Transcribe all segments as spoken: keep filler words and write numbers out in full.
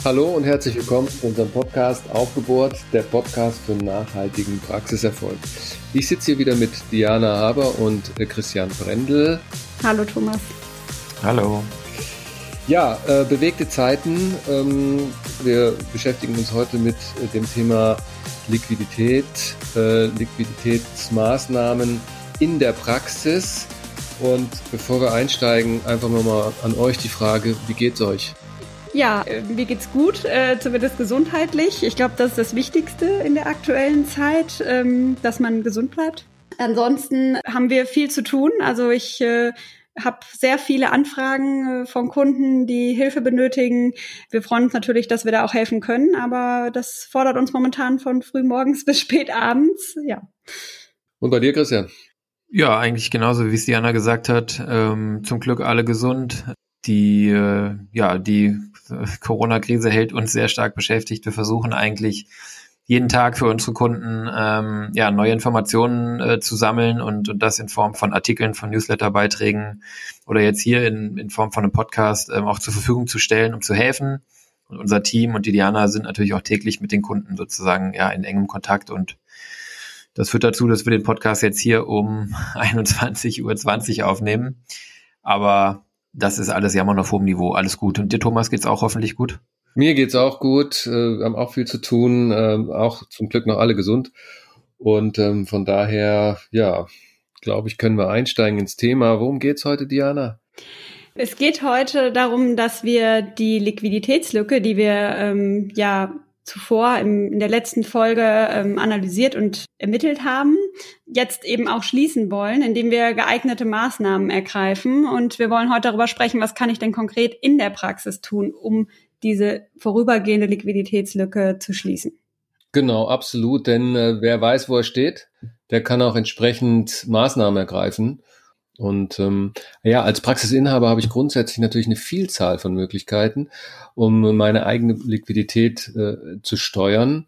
Hallo und herzlich willkommen zu unserem Podcast Aufgebohrt, der Podcast für nachhaltigen Praxiserfolg. Ich sitze hier wieder mit Diana Haber und Christian Brendel. Hallo Thomas. Hallo. Ja, äh, bewegte Zeiten. Ähm, wir beschäftigen uns heute mit äh, dem Thema Liquidität, äh, Liquiditätsmaßnahmen in der Praxis. Und bevor wir einsteigen, einfach nochmal an euch die Frage, wie geht's euch? Ja, mir geht's gut, äh, zumindest gesundheitlich. Ich glaube, das ist das Wichtigste in der aktuellen Zeit, ähm, dass man gesund bleibt. Ansonsten haben wir viel zu tun. Also ich äh, habe sehr viele Anfragen äh, von Kunden, die Hilfe benötigen. Wir freuen uns natürlich, dass wir da auch helfen können, aber das fordert uns momentan von frühmorgens bis spät abends. Ja. Und bei dir, Christian? Ja, eigentlich genauso, wie es Diana gesagt hat. Ähm, zum Glück alle gesund. Die, äh, ja, die Corona-Krise hält uns sehr stark beschäftigt. Wir versuchen eigentlich jeden Tag für unsere Kunden ähm, ja neue Informationen äh, zu sammeln und, und das in Form von Artikeln, von Newsletter-Beiträgen oder jetzt hier in, in Form von einem Podcast ähm, auch zur Verfügung zu stellen, um zu helfen. Und unser Team und die Diana sind natürlich auch täglich mit den Kunden sozusagen ja in engem Kontakt und das führt dazu, dass wir den Podcast jetzt hier um einundzwanzig Uhr zwanzig aufnehmen. Aber das ist alles jammern auf hohem Niveau. Alles gut. Und dir, Thomas, geht's auch hoffentlich gut? Mir geht's auch gut. Wir haben auch viel zu tun. Auch zum Glück noch alle gesund. Und ähm, von daher, ja, glaube ich, können wir einsteigen ins Thema. Worum geht's heute, Diana? Es geht heute darum, dass wir die Liquiditätslücke, die wir ähm, ja zuvor im, in der letzten Folge ähm, analysiert und ermittelt haben, jetzt eben auch schließen wollen, indem wir geeignete Maßnahmen ergreifen. Und wir wollen heute darüber sprechen, was kann ich denn konkret in der Praxis tun, um diese vorübergehende Liquiditätslücke zu schließen. Genau, absolut. Denn äh, wer weiß, wo er steht, der kann auch entsprechend Maßnahmen ergreifen. Und ähm, ja, als Praxisinhaber habe ich grundsätzlich natürlich eine Vielzahl von Möglichkeiten, um meine eigene Liquidität äh, zu steuern.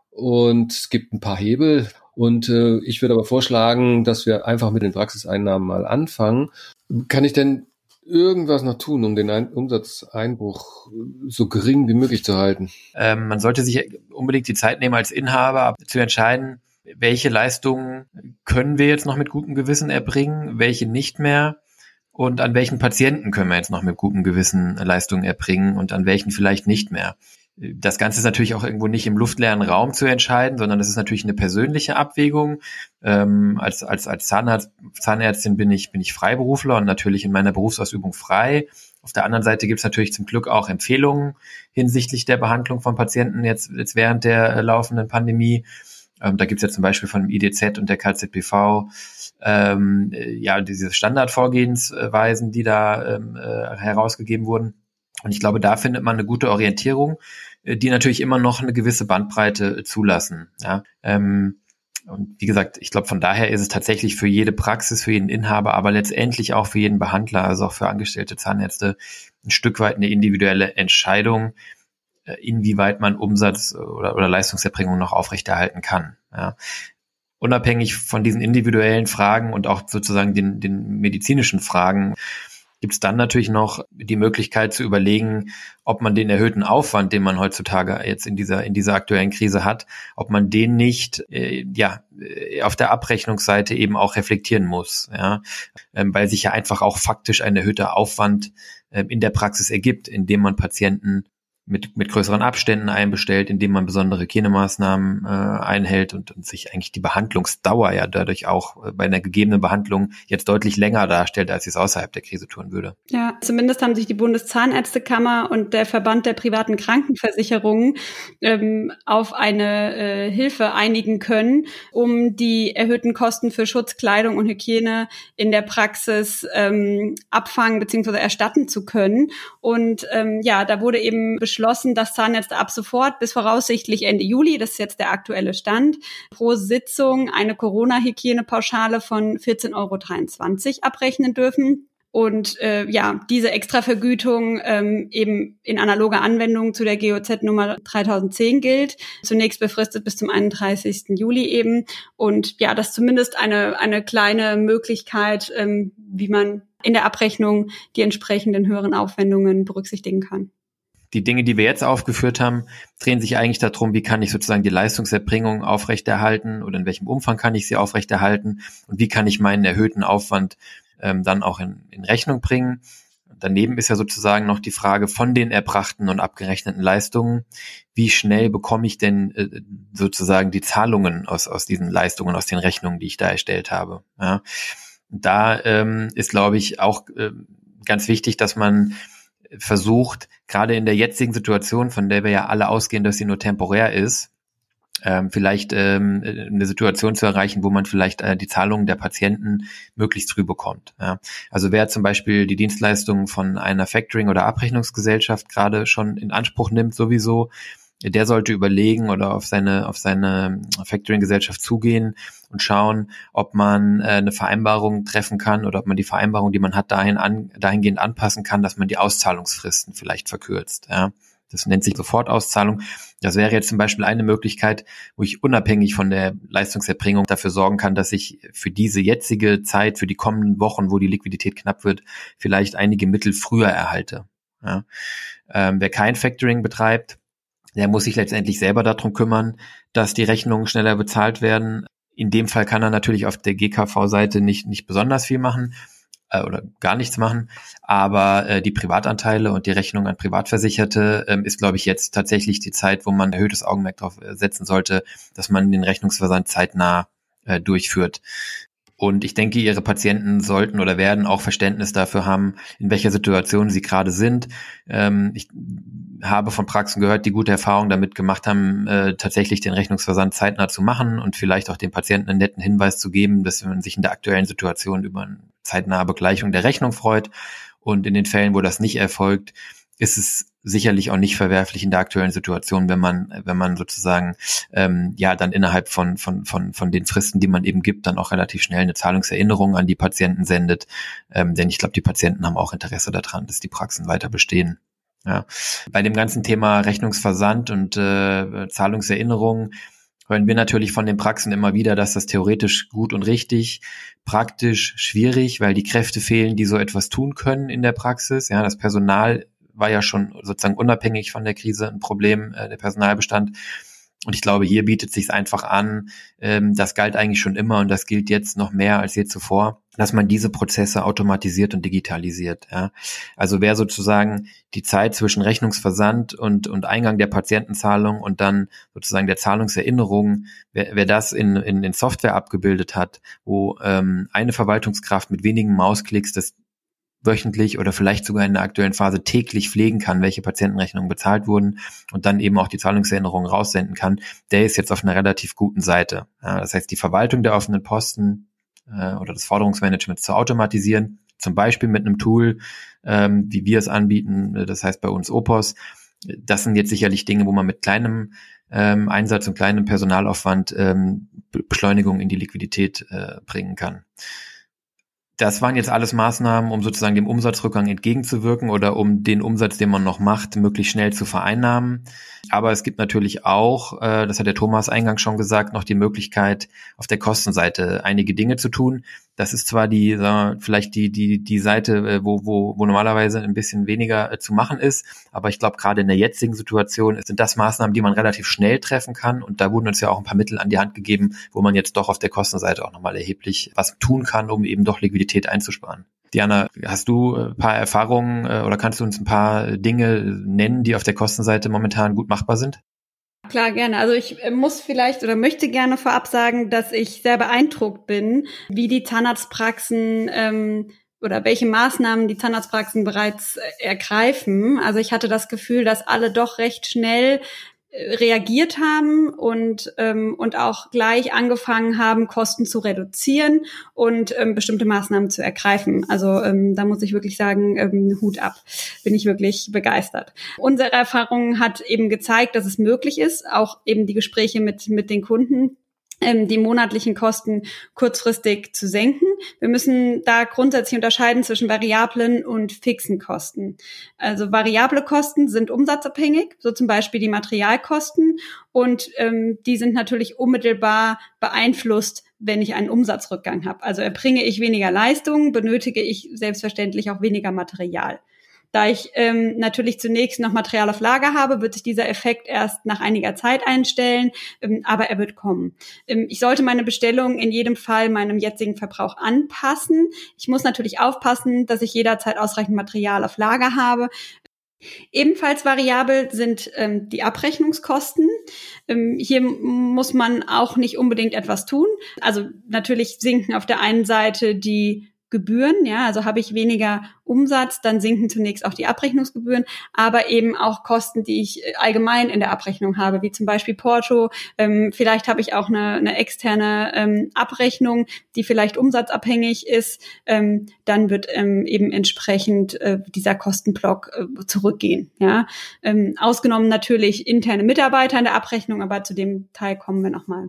Und es gibt ein paar Hebel. Und äh, ich würde aber vorschlagen, dass wir einfach mit den Praxiseinnahmen mal anfangen. Kann ich denn irgendwas noch tun, um den Ein- Umsatzeinbruch so gering wie möglich zu halten? Ähm, man sollte sich unbedingt die Zeit nehmen, als Inhaber zu entscheiden, welche Leistungen können wir jetzt noch mit gutem Gewissen erbringen, welche nicht mehr und an welchen Patienten können wir jetzt noch mit gutem Gewissen Leistungen erbringen und an welchen vielleicht nicht mehr. Das Ganze ist natürlich auch irgendwo nicht im luftleeren Raum zu entscheiden, sondern das ist natürlich eine persönliche Abwägung. Ähm, als als als Zahnarzt, Zahnärztin bin ich bin ich Freiberufler und natürlich in meiner Berufsausübung frei. Auf der anderen Seite gibt es natürlich zum Glück auch Empfehlungen hinsichtlich der Behandlung von Patienten jetzt jetzt während der äh, laufenden Pandemie. Ähm, da gibt es ja zum Beispiel von dem I D Z und der K Z B V ähm, äh, ja diese Standardvorgehensweisen, die da ähm, äh, herausgegeben wurden. Und ich glaube, da findet man eine gute Orientierung, äh, die natürlich immer noch eine gewisse Bandbreite äh, zulassen. Ja? Ähm, und wie gesagt, ich glaube, von daher ist es tatsächlich für jede Praxis, für jeden Inhaber, aber letztendlich auch für jeden Behandler, also auch für angestellte Zahnärzte, ein Stück weit eine individuelle Entscheidung, inwieweit man Umsatz oder, oder Leistungserbringung noch aufrechterhalten kann. Ja. Unabhängig von diesen individuellen Fragen und auch sozusagen den, den medizinischen Fragen gibt es dann natürlich noch die Möglichkeit zu überlegen, ob man den erhöhten Aufwand, den man heutzutage jetzt in dieser in dieser aktuellen Krise hat, ob man den nicht äh, ja auf der Abrechnungsseite eben auch reflektieren muss, ja, ähm, weil sich ja einfach auch faktisch ein erhöhter Aufwand äh, in der Praxis ergibt, indem man Patienten mit mit größeren Abständen einbestellt, indem man besondere Hygienemaßnahmen äh, einhält und, und sich eigentlich die Behandlungsdauer ja dadurch auch äh, bei einer gegebenen Behandlung jetzt deutlich länger darstellt, als es außerhalb der Krise tun würde. Ja, zumindest haben sich die Bundeszahnärztekammer und der Verband der privaten Krankenversicherungen ähm, auf eine äh, Hilfe einigen können, um die erhöhten Kosten für Schutz, Kleidung und Hygiene in der Praxis ähm, abfangen bzw. erstatten zu können. Und ähm, ja, da wurde eben beschlossen, dass Zahnärzte ab sofort bis voraussichtlich Ende Juli, das ist jetzt der aktuelle Stand, pro Sitzung eine Corona-Hygienepauschale von vierzehn Euro dreiundzwanzig abrechnen dürfen. Und äh, ja, diese Extravergütung ähm, eben in analoger Anwendung zu der G O Z-Nummer dreitausendzehn gilt, zunächst befristet bis zum einunddreißigsten Juli eben. Und ja, das ist zumindest eine eine kleine Möglichkeit, ähm, wie man in der Abrechnung die entsprechenden höheren Aufwendungen berücksichtigen kann. Die Dinge, die wir jetzt aufgeführt haben, drehen sich eigentlich darum, wie kann ich sozusagen die Leistungserbringung aufrechterhalten oder in welchem Umfang kann ich sie aufrechterhalten und wie kann ich meinen erhöhten Aufwand ähm, dann auch in, in Rechnung bringen. Daneben ist ja sozusagen noch die Frage von den erbrachten und abgerechneten Leistungen, wie schnell bekomme ich denn äh, sozusagen die Zahlungen aus aus diesen Leistungen, aus den Rechnungen, die ich da erstellt habe. Ja. Da ähm, ist, glaube ich, auch äh, ganz wichtig, dass man versucht, gerade in der jetzigen Situation, von der wir ja alle ausgehen, dass sie nur temporär ist, ähm, vielleicht ähm, eine Situation zu erreichen, wo man vielleicht äh, die Zahlungen der Patienten möglichst früh bekommt. Ja. Also wer zum Beispiel die Dienstleistungen von einer Factoring- oder Abrechnungsgesellschaft gerade schon in Anspruch nimmt, sowieso, der sollte überlegen oder auf seine auf seine Factoring-Gesellschaft zugehen und schauen, ob man äh, eine Vereinbarung treffen kann oder ob man die Vereinbarung, die man hat, dahin an, dahingehend anpassen kann, dass man die Auszahlungsfristen vielleicht verkürzt. Ja. Das nennt sich Sofortauszahlung. Das wäre jetzt zum Beispiel eine Möglichkeit, wo ich unabhängig von der Leistungserbringung dafür sorgen kann, dass ich für diese jetzige Zeit, für die kommenden Wochen, wo die Liquidität knapp wird, vielleicht einige Mittel früher erhalte. Ja. Ähm, wer kein Factoring betreibt, der muss sich letztendlich selber darum kümmern, dass die Rechnungen schneller bezahlt werden. In dem Fall kann er natürlich auf der G K V-Seite nicht nicht besonders viel machen äh, oder gar nichts machen, aber äh, die Privatanteile und die Rechnung an Privatversicherte äh, ist, glaube ich, jetzt tatsächlich die Zeit, wo man erhöhtes Augenmerk darauf setzen sollte, dass man den Rechnungsversand zeitnah äh, durchführt. Und ich denke, Ihre Patienten sollten oder werden auch Verständnis dafür haben, in welcher Situation sie gerade sind. Ähm, ich habe von Praxen gehört, die gute Erfahrungen damit gemacht haben, äh, tatsächlich den Rechnungsversand zeitnah zu machen und vielleicht auch dem Patienten einen netten Hinweis zu geben, dass man sich in der aktuellen Situation über eine zeitnahe Begleichung der Rechnung freut. Und in den Fällen, wo das nicht erfolgt, ist es sicherlich auch nicht verwerflich in der aktuellen Situation, wenn man, wenn man sozusagen ähm, ja dann innerhalb von von von von den Fristen, die man eben gibt, dann auch relativ schnell eine Zahlungserinnerung an die Patienten sendet. Ähm, denn ich glaube, die Patienten haben auch Interesse daran, dass die Praxen weiter bestehen. Ja. Bei dem ganzen Thema Rechnungsversand und äh, Zahlungserinnerung hören wir natürlich von den Praxen immer wieder, dass das theoretisch gut und richtig, praktisch schwierig, weil die Kräfte fehlen, die so etwas tun können in der Praxis. Ja, das Personal war ja schon sozusagen unabhängig von der Krise ein Problem, äh, der Personalbestand. Und ich glaube, hier bietet es sich einfach an, ähm, das galt eigentlich schon immer und das gilt jetzt noch mehr als je zuvor, dass man diese Prozesse automatisiert und digitalisiert. Ja. Also wer sozusagen die Zeit zwischen Rechnungsversand und und Eingang der Patientenzahlung und dann sozusagen der Zahlungserinnerung, wer, wer das in, in in Software abgebildet hat, wo ähm, eine Verwaltungskraft mit wenigen Mausklicks das wöchentlich oder vielleicht sogar in der aktuellen Phase täglich pflegen kann, welche Patientenrechnungen bezahlt wurden und dann eben auch die Zahlungserinnerungen raussenden kann, der ist jetzt auf einer relativ guten Seite. Ja, das heißt, die Verwaltung der offenen Posten äh, oder das Forderungsmanagement zu automatisieren, zum Beispiel mit einem Tool, ähm, wie wir es anbieten, das heißt bei uns O P O S, das sind jetzt sicherlich Dinge, wo man mit kleinem ähm, Einsatz und kleinem Personalaufwand ähm, Beschleunigung in die Liquidität äh, bringen kann. Das waren jetzt alles Maßnahmen, um sozusagen dem Umsatzrückgang entgegenzuwirken oder um den Umsatz, den man noch macht, möglichst schnell zu vereinnahmen. Aber es gibt natürlich auch, äh, das hat der Thomas eingangs schon gesagt, noch die Möglichkeit, auf der Kostenseite einige Dinge zu tun. Das ist zwar die, sagen wir, vielleicht die die die Seite, wo wo wo normalerweise ein bisschen weniger äh, zu machen ist, aber ich glaube, gerade in der jetzigen Situation sind das Maßnahmen, die man relativ schnell treffen kann. Und da wurden uns ja auch ein paar Mittel an die Hand gegeben, wo man jetzt doch auf der Kostenseite auch nochmal erheblich was tun kann, um eben doch Liquidität einzusparen. Diana, hast du ein paar Erfahrungen äh, oder kannst du uns ein paar Dinge nennen, die auf der Kostenseite momentan gut machbar sind? Klar, gerne. Also ich muss vielleicht oder möchte gerne vorab sagen, dass ich sehr beeindruckt bin, wie die Zahnarztpraxen ähm, oder welche Maßnahmen die Zahnarztpraxen bereits äh, ergreifen. Also ich hatte das Gefühl, dass alle doch recht schnell reagiert haben und ähm, und auch gleich angefangen haben, Kosten zu reduzieren und ähm, bestimmte Maßnahmen zu ergreifen. Also ähm, da muss ich wirklich sagen, ähm, Hut ab, bin ich wirklich begeistert. Unsere Erfahrung hat eben gezeigt, dass es möglich ist, auch eben die Gespräche mit mit den Kunden, die monatlichen Kosten kurzfristig zu senken. Wir müssen da grundsätzlich unterscheiden zwischen variablen und fixen Kosten. Also variable Kosten sind umsatzabhängig, so zum Beispiel die Materialkosten, und ähm, die sind natürlich unmittelbar beeinflusst, wenn ich einen Umsatzrückgang habe. Also erbringe ich weniger Leistung, benötige ich selbstverständlich auch weniger Material. Da ich ähm, natürlich zunächst noch Material auf Lager habe, wird sich dieser Effekt erst nach einiger Zeit einstellen, ähm, aber er wird kommen. Ähm, ich sollte meine Bestellung in jedem Fall meinem jetzigen Verbrauch anpassen. Ich muss natürlich aufpassen, dass ich jederzeit ausreichend Material auf Lager habe. Ebenfalls variabel sind ähm, die Abrechnungskosten. Ähm, hier muss man auch nicht unbedingt etwas tun. Also natürlich sinken auf der einen Seite die Gebühren, ja, also habe ich weniger Umsatz, dann sinken zunächst auch die Abrechnungsgebühren, aber eben auch Kosten, die ich allgemein in der Abrechnung habe, wie zum Beispiel Porto. Ähm, vielleicht habe ich auch eine, eine externe ähm, Abrechnung, die vielleicht umsatzabhängig ist. Ähm, dann wird ähm, eben entsprechend äh, dieser Kostenblock äh, zurückgehen. Ja, ähm, ausgenommen natürlich interne Mitarbeiter in der Abrechnung, aber zu dem Teil kommen wir nochmal.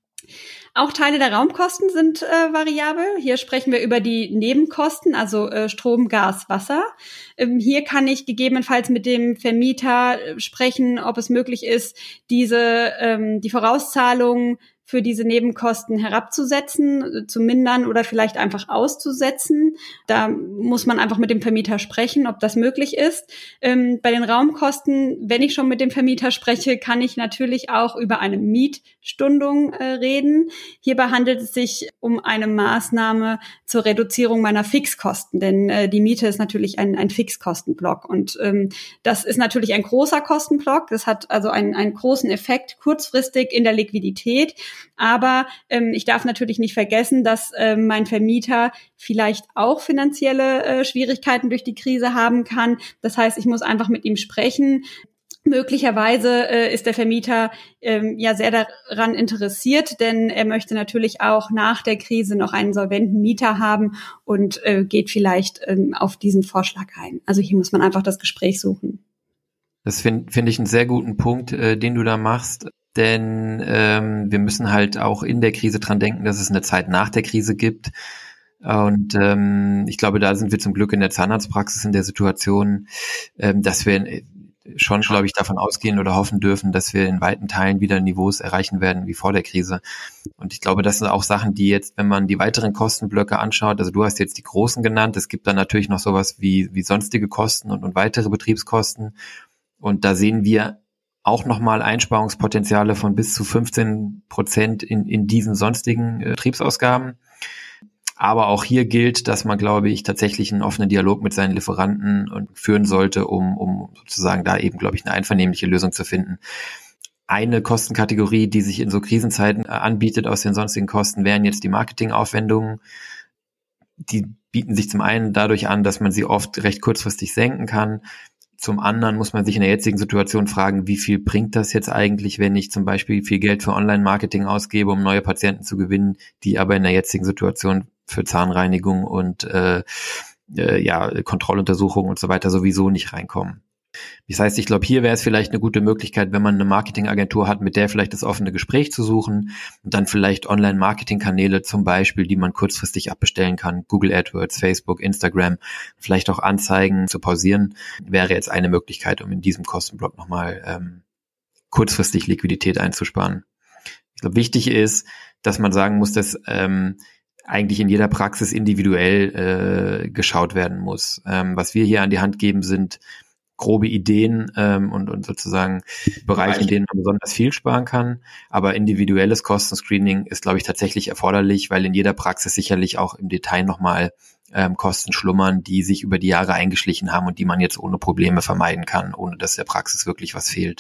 Auch Teile der Raumkosten sind äh, variabel. Hier sprechen wir über die Nebenkosten, also äh, Strom, Gas, Wasser. Ähm, hier kann ich gegebenenfalls mit dem Vermieter äh, sprechen, ob es möglich ist, diese ähm, die Vorauszahlungen für diese Nebenkosten herabzusetzen, zu mindern oder vielleicht einfach auszusetzen. Da muss man einfach mit dem Vermieter sprechen, ob das möglich ist. Ähm, bei den Raumkosten, wenn ich schon mit dem Vermieter spreche, kann ich natürlich auch über eine Mietstundung äh, reden. Hierbei handelt es sich um eine Maßnahme zur Reduzierung meiner Fixkosten, denn äh, die Miete ist natürlich ein, ein Fixkostenblock und ähm, das ist natürlich ein großer Kostenblock. Das hat also einen, einen großen Effekt kurzfristig in der Liquidität. Aber ähm, ich darf natürlich nicht vergessen, dass äh, mein Vermieter vielleicht auch finanzielle äh, Schwierigkeiten durch die Krise haben kann. Das heißt, ich muss einfach mit ihm sprechen. Möglicherweise äh, ist der Vermieter ähm, ja sehr daran interessiert, denn er möchte natürlich auch nach der Krise noch einen solventen Mieter haben und äh, geht vielleicht ähm, auf diesen Vorschlag ein. Also hier muss man einfach das Gespräch suchen. Das finde find ich einen sehr guten Punkt, äh, den du da machst. Denn ähm, wir müssen halt auch in der Krise dran denken, dass es eine Zeit nach der Krise gibt. Und ähm, ich glaube, da sind wir zum Glück in der Zahnarztpraxis in der Situation, ähm, dass wir schon, glaube ich, davon ausgehen oder hoffen dürfen, dass wir in weiten Teilen wieder Niveaus erreichen werden wie vor der Krise. Und ich glaube, das sind auch Sachen, die jetzt, wenn man die weiteren Kostenblöcke anschaut, also du hast jetzt die großen genannt, es gibt dann natürlich noch sowas wie wie sonstige Kosten und, und weitere Betriebskosten. Und da sehen wir auch nochmal Einsparungspotenziale von bis zu fünfzehn Prozent in, in diesen sonstigen äh, Betriebsausgaben. Aber auch hier gilt, dass man, glaube ich, tatsächlich einen offenen Dialog mit seinen Lieferanten führen sollte, um, um sozusagen da eben, glaube ich, eine einvernehmliche Lösung zu finden. Eine Kostenkategorie, die sich in so Krisenzeiten äh, anbietet aus den sonstigen Kosten, wären jetzt die Marketingaufwendungen. Die bieten sich zum einen dadurch an, dass man sie oft recht kurzfristig senken kann. Zum anderen muss man sich in der jetzigen Situation fragen, wie viel bringt das jetzt eigentlich, wenn ich zum Beispiel viel Geld für Online-Marketing ausgebe, um neue Patienten zu gewinnen, die aber in der jetzigen Situation für Zahnreinigung und äh, äh, ja Kontrolluntersuchungen und so weiter sowieso nicht reinkommen. Das heißt, ich glaube, hier wäre es vielleicht eine gute Möglichkeit, wenn man eine Marketingagentur hat, mit der vielleicht das offene Gespräch zu suchen und dann vielleicht Online-Marketing-Kanäle zum Beispiel, die man kurzfristig abbestellen kann, Google AdWords, Facebook, Instagram, vielleicht auch Anzeigen zu pausieren, wäre jetzt eine Möglichkeit, um in diesem Kostenblock nochmal ähm, kurzfristig Liquidität einzusparen. Ich glaube, wichtig ist, dass man sagen muss, dass ähm, eigentlich in jeder Praxis individuell äh, geschaut werden muss. Ähm, was wir hier an die Hand geben, sind grobe Ideen ähm, und, und sozusagen Bereiche, in denen man besonders viel sparen kann. Aber individuelles Kostenscreening ist, glaube ich, tatsächlich erforderlich, weil in jeder Praxis sicherlich auch im Detail nochmal ähm, Kosten schlummern, die sich über die Jahre eingeschlichen haben und die man jetzt ohne Probleme vermeiden kann, ohne dass der Praxis wirklich was fehlt.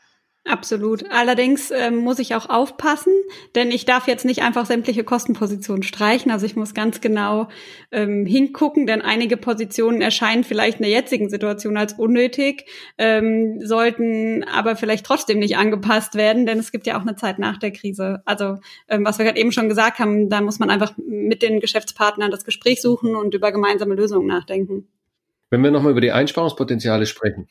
Absolut. Allerdings ähm, muss ich auch aufpassen, denn ich darf jetzt nicht einfach sämtliche Kostenpositionen streichen. Also ich muss ganz genau ähm, hingucken, denn einige Positionen erscheinen vielleicht in der jetzigen Situation als unnötig, ähm, sollten aber vielleicht trotzdem nicht angepasst werden, denn es gibt ja auch eine Zeit nach der Krise. Also ähm, was wir gerade eben schon gesagt haben, da muss man einfach mit den Geschäftspartnern das Gespräch suchen und über gemeinsame Lösungen nachdenken. Wenn wir nochmal über die Einsparungspotenziale sprechen,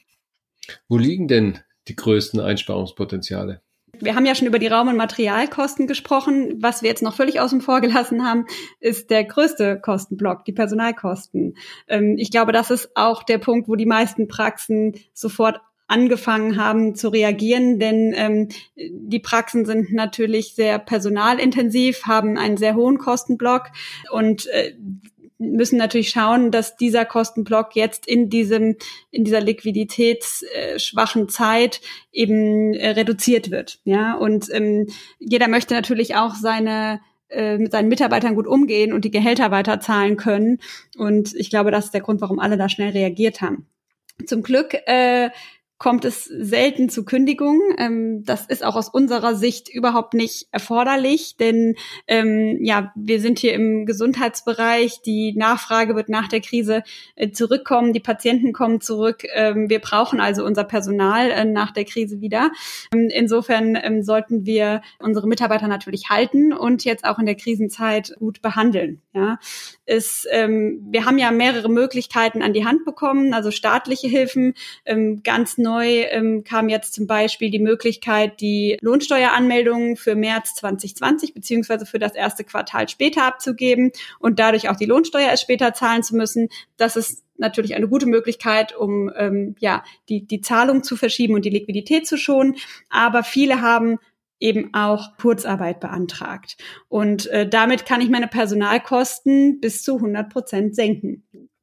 wo liegen denn die größten Einsparungspotenziale? Wir haben ja schon über die Raum- und Materialkosten gesprochen. Was wir jetzt noch völlig außen vor gelassen haben, ist der größte Kostenblock, die Personalkosten. Ähm, ich glaube, das ist auch der Punkt, wo die meisten Praxen sofort angefangen haben zu reagieren, denn ähm, die Praxen sind natürlich sehr personalintensiv, haben einen sehr hohen Kostenblock und äh, müssen natürlich schauen, dass dieser Kostenblock jetzt in diesem, in dieser liquiditätsschwachen Zeit eben äh, reduziert wird. Ja, und ähm, jeder möchte natürlich auch seine äh, mit seinen Mitarbeitern gut umgehen und die Gehälter weiterzahlen können. Und ich glaube, das ist der Grund, warum alle da schnell reagiert haben. Zum Glück äh, kommt es selten zu Kündigungen. Ähm, das ist auch aus unserer Sicht überhaupt nicht erforderlich, denn ähm, ja, wir sind hier im Gesundheitsbereich. Die Nachfrage wird nach der Krise äh, zurückkommen. Die Patienten kommen zurück. Ähm, wir brauchen also unser Personal äh, nach der Krise wieder. Ähm, insofern ähm, sollten wir unsere Mitarbeiter natürlich halten und jetzt auch in der Krisenzeit gut behandeln. Ja, es, ähm, wir haben ja mehrere Möglichkeiten an die Hand bekommen, also staatliche Hilfen, ähm, ganz neu ähm, kam jetzt zum Beispiel die Möglichkeit, die Lohnsteueranmeldungen für März zwanzig zwanzig beziehungsweise für das erste Quartal später abzugeben und dadurch auch die Lohnsteuer erst später zahlen zu müssen. Das ist natürlich eine gute Möglichkeit, um ähm, ja die die Zahlung zu verschieben und die Liquidität zu schonen. Aber viele haben eben auch Kurzarbeit beantragt. Und äh, damit kann ich meine Personalkosten bis zu hundert Prozent senken.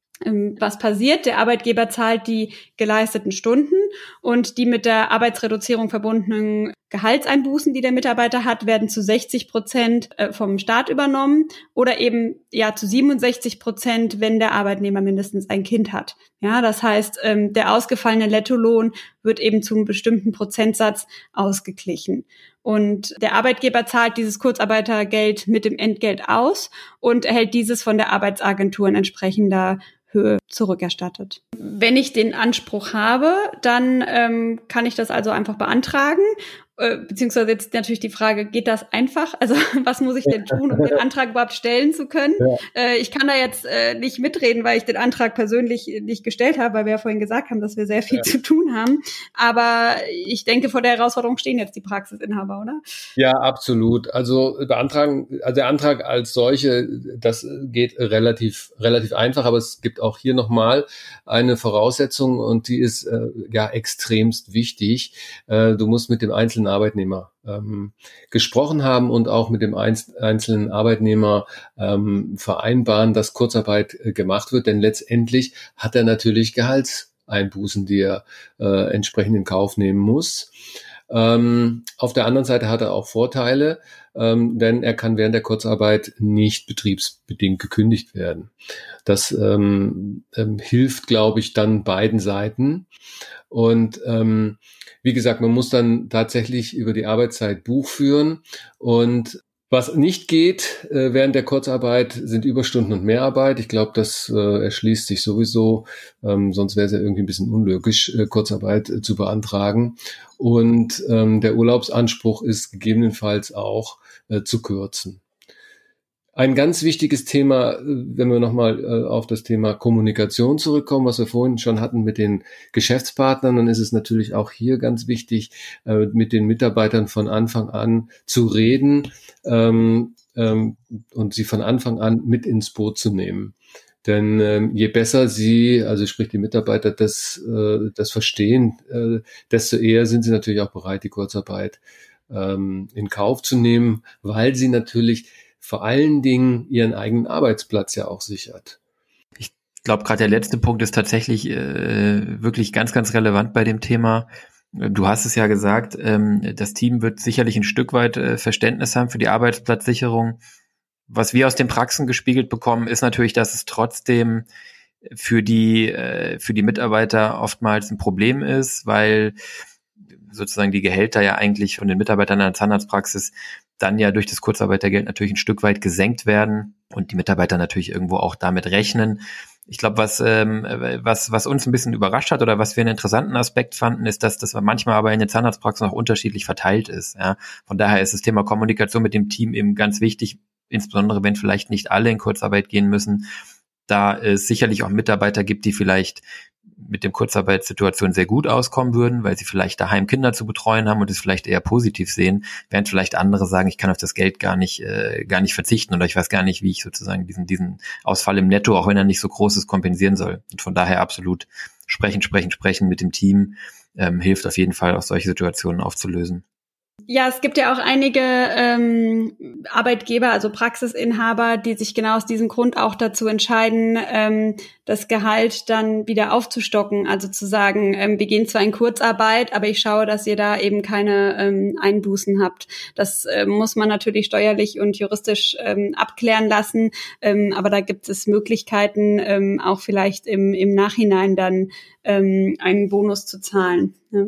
Was passiert? Der Arbeitgeber zahlt die geleisteten Stunden und die mit der Arbeitsreduzierung verbundenen Gehaltseinbußen, die der Mitarbeiter hat, werden zu sechzig Prozent vom Staat übernommen oder eben ja zu siebenundsechzig Prozent, wenn der Arbeitnehmer mindestens ein Kind hat. Ja, das heißt, der ausgefallene Nettolohn wird eben zu einem bestimmten Prozentsatz ausgeglichen. Und der Arbeitgeber zahlt dieses Kurzarbeitergeld mit dem Entgelt aus und erhält dieses von der Arbeitsagentur in entsprechender Höhe zurückerstattet. Wenn ich den Anspruch habe, dann ähm, kann ich das also einfach beantragen. Äh, beziehungsweise jetzt natürlich die Frage, geht das einfach? Also was muss ich denn tun, um den Antrag überhaupt stellen zu können? Ja. Äh, ich kann da jetzt äh, nicht mitreden, weil ich den Antrag persönlich nicht gestellt habe, weil wir ja vorhin gesagt haben, dass wir sehr viel ja. zu tun haben. Aber ich denke, vor der Herausforderung stehen jetzt die Praxisinhaber, oder? Ja, absolut. Also beantragen, also der Antrag als solche, das geht relativ relativ einfach, aber es gibt auch hier nochmal eine Voraussetzung und die ist äh, ja extremst wichtig. Äh, du musst mit dem einzelnen Arbeitnehmer ähm, gesprochen haben und auch mit dem einz- einzelnen Arbeitnehmer ähm, vereinbaren, dass Kurzarbeit äh, gemacht wird, denn letztendlich hat er natürlich Gehaltseinbußen, die er äh, entsprechend in Kauf nehmen muss. Ähm, auf der anderen Seite hat er auch Vorteile, ähm, denn er kann während der Kurzarbeit nicht betriebsbedingt gekündigt werden. Das ähm, ähm, hilft, glaube ich, dann beiden Seiten. Und ähm, wie gesagt, man muss dann tatsächlich über die Arbeitszeit Buch führen. Und was nicht geht äh, während der Kurzarbeit, sind Überstunden und Mehrarbeit. Ich glaube, das äh, erschließt sich sowieso. Ähm, sonst wäre es ja irgendwie ein bisschen unlogisch, äh, Kurzarbeit äh, zu beantragen. Und ähm, der Urlaubsanspruch ist gegebenenfalls auch äh, zu kürzen. Ein ganz wichtiges Thema, wenn wir nochmal äh, auf das Thema Kommunikation zurückkommen, was wir vorhin schon hatten mit den Geschäftspartnern, dann ist es natürlich auch hier ganz wichtig, äh, mit den Mitarbeitern von Anfang an zu reden ähm, ähm, und sie von Anfang an mit ins Boot zu nehmen. Denn ähm, je besser sie, also sprich die Mitarbeiter, das, äh, das verstehen, äh, desto eher sind sie natürlich auch bereit, die Kurzarbeit ähm, in Kauf zu nehmen, weil sie natürlich vor allen Dingen ihren eigenen Arbeitsplatz ja auch sichert. Ich glaube, gerade der letzte Punkt ist tatsächlich äh, wirklich ganz, ganz relevant bei dem Thema. Du hast es ja gesagt, ähm, das Team wird sicherlich ein Stück weit äh, Verständnis haben für die Arbeitsplatzsicherung. Was wir aus den Praxen gespiegelt bekommen, ist natürlich, dass es trotzdem für die äh, für die Mitarbeiter oftmals ein Problem ist, weil sozusagen die Gehälter ja eigentlich von den Mitarbeitern in der Zahnarztpraxis dann ja durch das Kurzarbeitergeld natürlich ein Stück weit gesenkt werden und die Mitarbeiter natürlich irgendwo auch damit rechnen. Ich glaube, was ähm, was was uns ein bisschen überrascht hat oder was wir einen interessanten Aspekt fanden, ist, dass das manchmal aber in den Zahnarztpraxen auch unterschiedlich verteilt ist. Ja. Von daher ist das Thema Kommunikation mit dem Team eben ganz wichtig, insbesondere wenn vielleicht nicht alle in Kurzarbeit gehen müssen, da es sicherlich auch Mitarbeiter gibt, die vielleicht mit dem Kurzarbeitssituation sehr gut auskommen würden, weil sie vielleicht daheim Kinder zu betreuen haben und es vielleicht eher positiv sehen, während vielleicht andere sagen, ich kann auf das Geld gar nicht äh, gar nicht verzichten oder ich weiß gar nicht, wie ich sozusagen diesen diesen Ausfall im Netto, auch wenn er nicht so groß ist, kompensieren soll. Und von daher absolut sprechen, sprechen, sprechen mit dem Team ähm, hilft auf jeden Fall, auch solche Situationen aufzulösen. Ja, es gibt ja auch einige ähm, Arbeitgeber, also Praxisinhaber, die sich genau aus diesem Grund auch dazu entscheiden, ähm, das Gehalt dann wieder aufzustocken. Also zu sagen, ähm, wir gehen zwar in Kurzarbeit, aber ich schaue, dass ihr da eben keine ähm, Einbußen habt. Das äh, muss man natürlich steuerlich und juristisch ähm, abklären lassen, ähm, aber da gibt es Möglichkeiten, ähm, auch vielleicht im, im Nachhinein dann ähm, einen Bonus zu zahlen. Ja.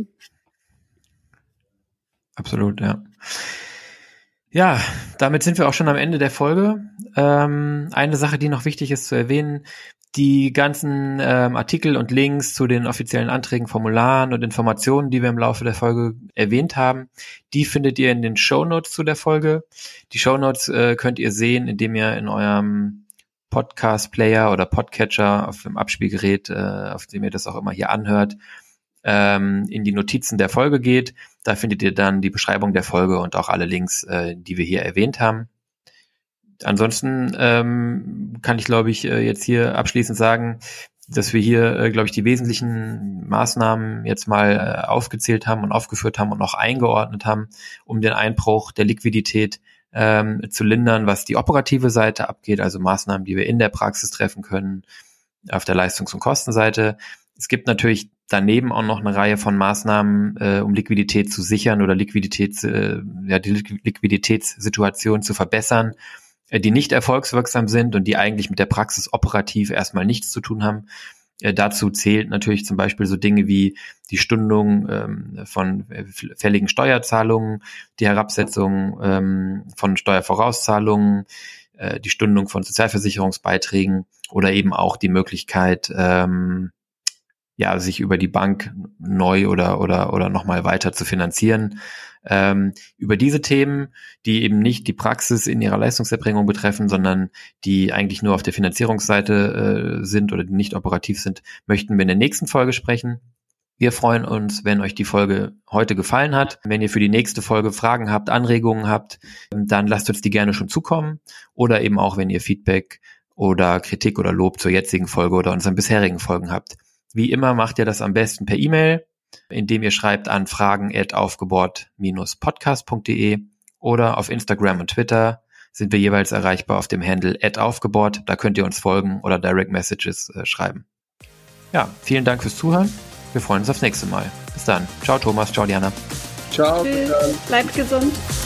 Absolut, ja. Ja, damit sind wir auch schon am Ende der Folge. Ähm, eine Sache, die noch wichtig ist zu erwähnen, die ganzen ähm, Artikel und Links zu den offiziellen Anträgen, Formularen und Informationen, die wir im Laufe der Folge erwähnt haben, die findet ihr in den Shownotes zu der Folge. Die Shownotes äh, könnt ihr sehen, indem ihr in eurem Podcast-Player oder Podcatcher auf dem Abspielgerät, äh, auf dem ihr das auch immer hier anhört, in die Notizen der Folge geht. Da findet ihr dann die Beschreibung der Folge und auch alle Links, äh, die wir hier erwähnt haben. Ansonsten ähm, kann ich, glaube ich, äh, jetzt hier abschließend sagen, dass wir hier, äh, glaube ich, die wesentlichen Maßnahmen jetzt mal äh, aufgezählt haben und aufgeführt haben und auch eingeordnet haben, um den Einbruch der Liquidität ähm, zu lindern, was die operative Seite abgeht, also Maßnahmen, die wir in der Praxis treffen können, auf der Leistungs- und Kostenseite. Es gibt natürlich daneben auch noch eine Reihe von Maßnahmen, äh, um Liquidität zu sichern oder Liquiditäts, äh, ja, die Liquiditätssituation zu verbessern, äh, die nicht erfolgswirksam sind und die eigentlich mit der Praxis operativ erstmal nichts zu tun haben. Äh, dazu zählt natürlich zum Beispiel so Dinge wie die Stundung ähm, von fälligen Steuerzahlungen, die Herabsetzung ähm, von Steuervorauszahlungen, äh, die Stundung von Sozialversicherungsbeiträgen oder eben auch die Möglichkeit, ähm, ja, sich über die Bank neu oder oder oder nochmal weiter zu finanzieren. Ähm, über diese Themen, die eben nicht die Praxis in ihrer Leistungserbringung betreffen, sondern die eigentlich nur auf der Finanzierungsseite äh, sind oder die nicht operativ sind, möchten wir in der nächsten Folge sprechen. Wir freuen uns, wenn euch die Folge heute gefallen hat. Wenn ihr für die nächste Folge Fragen habt, Anregungen habt, dann lasst uns die gerne schon zukommen. Oder eben auch, wenn ihr Feedback oder Kritik oder Lob zur jetzigen Folge oder unseren bisherigen Folgen habt. Wie immer macht ihr das am besten per E-Mail, indem ihr schreibt an fragen at aufgebohrt Bindestrich podcast punkt de oder auf Instagram und Twitter sind wir jeweils erreichbar auf dem Handle at aufgebohrt. Da könnt ihr uns folgen oder Direct Messages äh, schreiben. Ja, vielen Dank fürs Zuhören. Wir freuen uns aufs nächste Mal. Bis dann. Ciao Thomas, ciao Diana. Ciao. Tschüss. Bleibt gesund.